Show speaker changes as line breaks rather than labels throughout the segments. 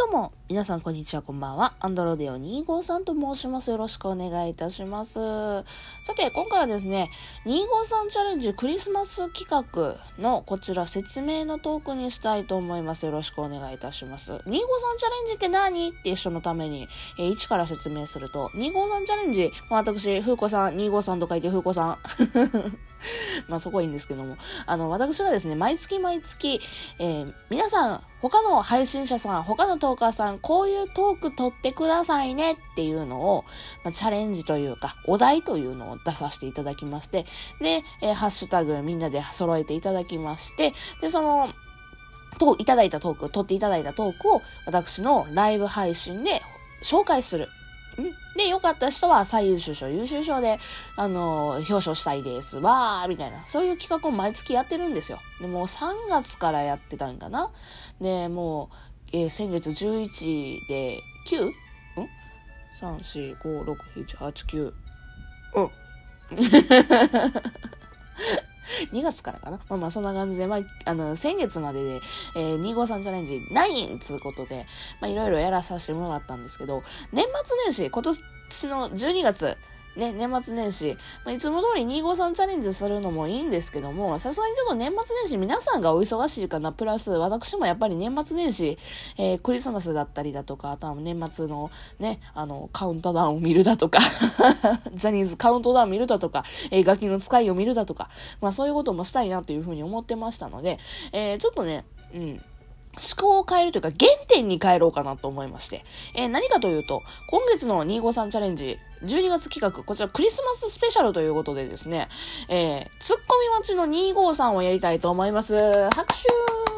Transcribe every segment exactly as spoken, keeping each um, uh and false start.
どうも、皆さんこんにちは、こんばんは。アンドロデオにひゃくごじゅうさんと申します。よろしくお願いいたします。さて、今回はですね、にひゃくごじゅうさんチャレンジクリスマス企画のこちら説明のトークにしたいと思います。よろしくお願いいたします。にひゃくごじゅうさんチャレンジって何っていう人のために、えー、一から説明すると、にひゃくごじゅうさんチャレンジ、まあ、私、ふうこさん、にひゃくごじゅうさんと書いてふうこさん。まあそこはいいんですけども、あの、私がですね、毎月毎月、えー、皆さん、他の配信者さん、他のトーカーさん、こういうトーク取ってくださいねっていうのを、まあ、チャレンジというか、お題というのを出させていただきまして、で、えー、ハッシュタグみんなで揃えていただきまして、で、その、と、いただいたトーク、取っていただいたトークを、私のライブ配信で紹介する。で、良かった人は最優秀賞、優秀賞で、あの、表彰したいです。わーみたいな。そういう企画を毎月やってるんですよ。で、もうさんがつからやってたんかな。で、もう、えー、先月じゅういちで きゅう? ん ?さん、よん、ご、ろく、なな、はち、きゅう。うん。にがつからかな。まあまあそんな感じで、まあ、あの、先月までで、えー、にひゃくごじゅうさんチャレンジナインつうことで、まあいろいろやらさせてもらったんですけど、年末年始、今年のじゅうにがつ、ね、年末年始、まあ、いつも通りにひゃくごじゅうさんチャレンジするのもいいんですけども、さすがにちょっと年末年始皆さんがお忙しいかな、プラス私もやっぱり年末年始、えー、クリスマスだったりだとか、あとは年末のね、あの、カウントダウンを見るだとか、ジャニーズカウントダウン見るだとか、えー、ガキの使いを見るだとか、まあそういうこともしたいなというふうに思ってましたので、えー、ちょっとね、うん。思考を変えるというか原点に変えろうかなと思いまして。えー、何かというと、今月のにひゃくごじゅうさんチャレンジ、じゅうにがつ企画、こちらクリスマススペシャルということでですね、えー、ツッコミ待ちのにひゃくごじゅうさんをやりたいと思います。拍手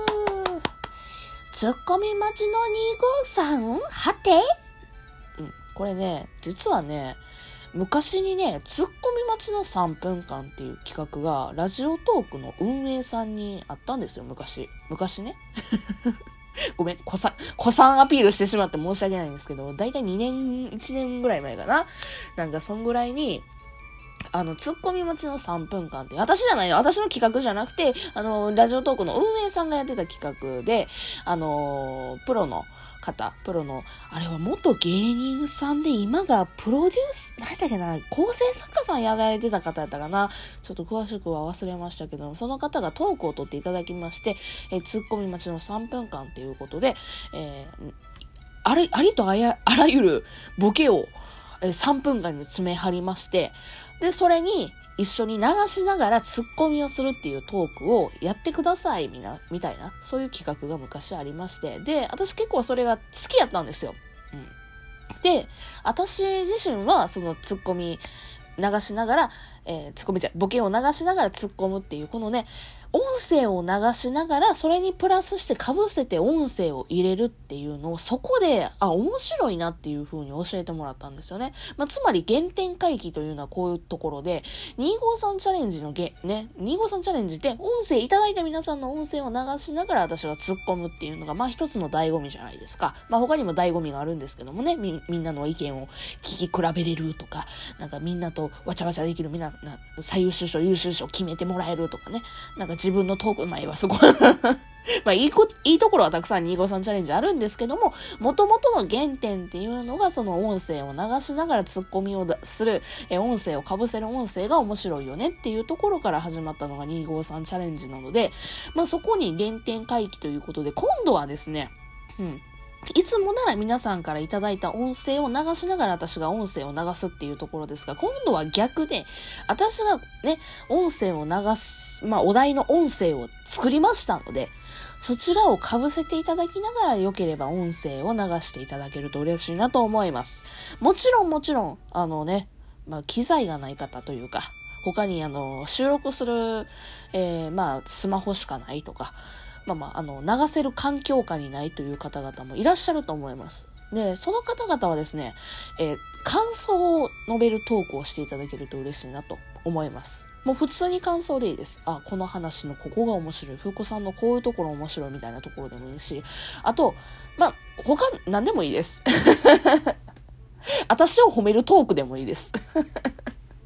ツッコミ待ちのにひゃくごじゅうさんはてうん、これね、実はね、昔にね、ツッコミ待ちのさんぷんかんっていう企画が、ラジオトークの運営さんにあったんですよ、昔。昔ね。ごめん、子さん、子さんアピールしてしまって申し訳ないんですけど、だいたいにねん、いちねんぐらい前かな。なんか、そんぐらいに、あの、ツッコミ待ちのさんぷんかんって、私じゃないよ。私の企画じゃなくて、あの、ラジオトークの運営さんがやってた企画で、あの、プロの方、プロの、あれは元芸人さんで、今がプロデュース、何だっけな、構成作家さんやられてた方やったかな。ちょっと詳しくは忘れましたけど、その方がトークを取っていただきまして、えツッコミ待ちのさんぷんかんっていうことで、えー、あり、ありとあや、あらゆるボケを、えさんぷんかんに詰め張りまして、で、それに一緒に流しながらツッコミをするっていうトークをやってくださいみな、みたいな、そういう企画が昔ありまして、で、私結構それが好きやったんですよ。うん。で、私自身はそのツッコミ流しながら、えー、ツッコミじゃ、ボケを流しながら突っ込むっていう、このね、音声を流しながら、それにプラスして被せて音声を入れるっていうのを、そこで、あ、面白いなっていう風に教えてもらったんですよね。まあ、つまり原点回帰というのはこういうところで、にひゃくごじゅうさんチャレンジのげ、ね、にひゃくごじゅうさんチャレンジで音声いただいた皆さんの音声を流しながら私が突っ込むっていうのが、まあ一つの醍醐味じゃないですか。まあ他にも醍醐味があるんですけどもね、み、みんなの意見を聞き比べれるとか、なんかみんなとわちゃわちゃできる、みんな、な最優秀賞、優秀賞決めてもらえるとかね、なんか自分のトーク、まあいいわ、そこ。まあいいこ、いいところはたくさんにひゃくごじゅうさんチャレンジあるんですけども、元々の原点っていうのがその音声を流しながらツッコミをする、え、音声を被せる音声が面白いよねっていうところから始まったのがにひゃくごじゅうさんチャレンジなので、まあそこに原点回帰ということで、今度はですね、うん。いつもなら皆さんからいただいた音声を流しながら私が音声を流すっていうところですが、今度は逆で、私がね、音声を流す、まあお題の音声を作りましたので、そちらを被せていただきながら良ければ音声を流していただけると嬉しいなと思います。もちろんもちろん、あのね、まあ機材がない方というか、他にあの、収録する、えー、まあスマホしかないとか、まあまあ、あの、流せる環境下にないという方々もいらっしゃると思います。で、その方々はですね、えー、感想を述べるトークをしていただけると嬉しいなと思います。もう普通に感想でいいです。あ、この話のここが面白い。ふうこさんのこういうところ面白いみたいなところでもいいし、あと、まあ、他、何でもいいです。私を褒めるトークでもいいです。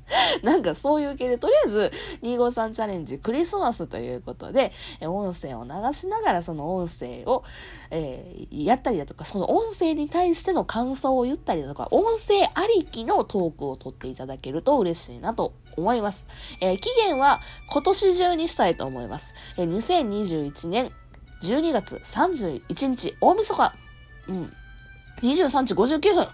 なんかそういう系で、とりあえずにーごーさんチャレンジクリスマスということで、音声を流しながらその音声を、えー、やったりだとか、その音声に対しての感想を言ったりだとか、音声ありきのトークを取っていただけると嬉しいなと思います。えー、期限は今年中にしたいと思います。えー、にせんにじゅういちねんじゅうにがつさんじゅういちにち大晦日、うん、にじゅうさんじごじゅうきゅうふん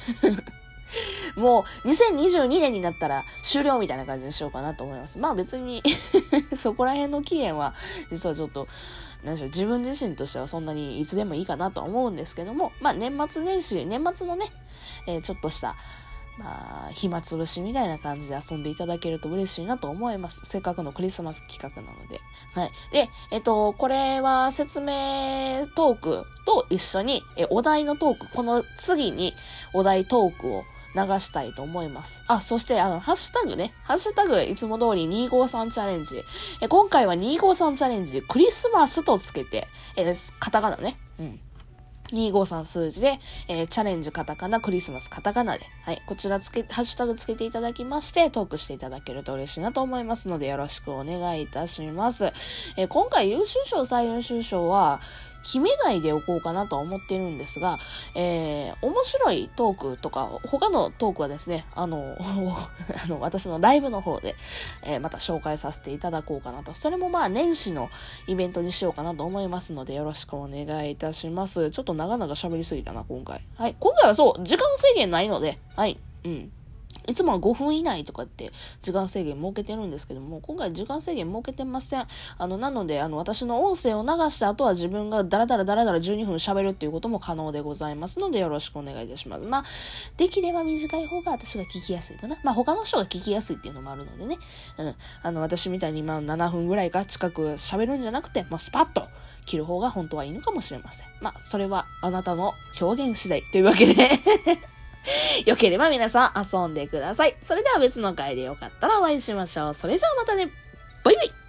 もうにせんにじゅうにねんになったら終了みたいな感じにしようかなと思います。まあ別にそこら辺の期限は実はちょっと何でしょう、自分自身としてはそんなにいつでもいいかなと思うんですけども、まあ年末年始、年末のね、えー、ちょっとしたまあ暇つぶしみたいな感じで遊んでいただけると嬉しいなと思います。せっかくのクリスマス企画なので。はい。で、えっと、これは説明トークと一緒に、え、お題のトーク、この次にお題トークを流したいと思います。あ、そしてあの、ハッシュタグね。ハッシュタグ、いつも通りにーごーさんチャレンジ。え、今回はにーごーさんチャレンジ、クリスマスとつけて、え、カタカナね。うん。にーごーさん数字で、えー、チャレンジカタカナ、クリスマスカタカナで、はい、こちらつけ、ハッシュタグつけていただきまして、トークしていただけると嬉しいなと思いますので、よろしくお願いいたします。えー、今回優秀賞、最優秀賞は、決めないでおこうかなと思ってるんですが、えー、面白いトークとか、他のトークはですね、あの、あの私のライブの方で、えー、また紹介させていただこうかなと。それもまあ年始のイベントにしようかなと思いますので、よろしくお願いいたします。ちょっと長々喋りすぎたな、今回。はい。今回はそう、時間制限ないので、はい。うん。いつもはごふん以内とかって時間制限設けてるんですけども、今回時間制限設けてません。あの、なので、あの、私の音声を流した後は自分がダラダラダラダラじゅうにふん喋るっていうことも可能でございますので、よろしくお願いいたします。まあ、できれば短い方が私が聞きやすいかな。まあ、他の人が聞きやすいっていうのもあるのでね。うん。あの、私みたいにまあななふんぐらいか近く喋るんじゃなくて、まあ、スパッと切る方が本当はいいのかもしれません。まあ、それはあなたの表現次第というわけでよければ皆さん遊んでください。それでは別の回でよかったらお会いしましょう。それじゃあまたね。バイバイ。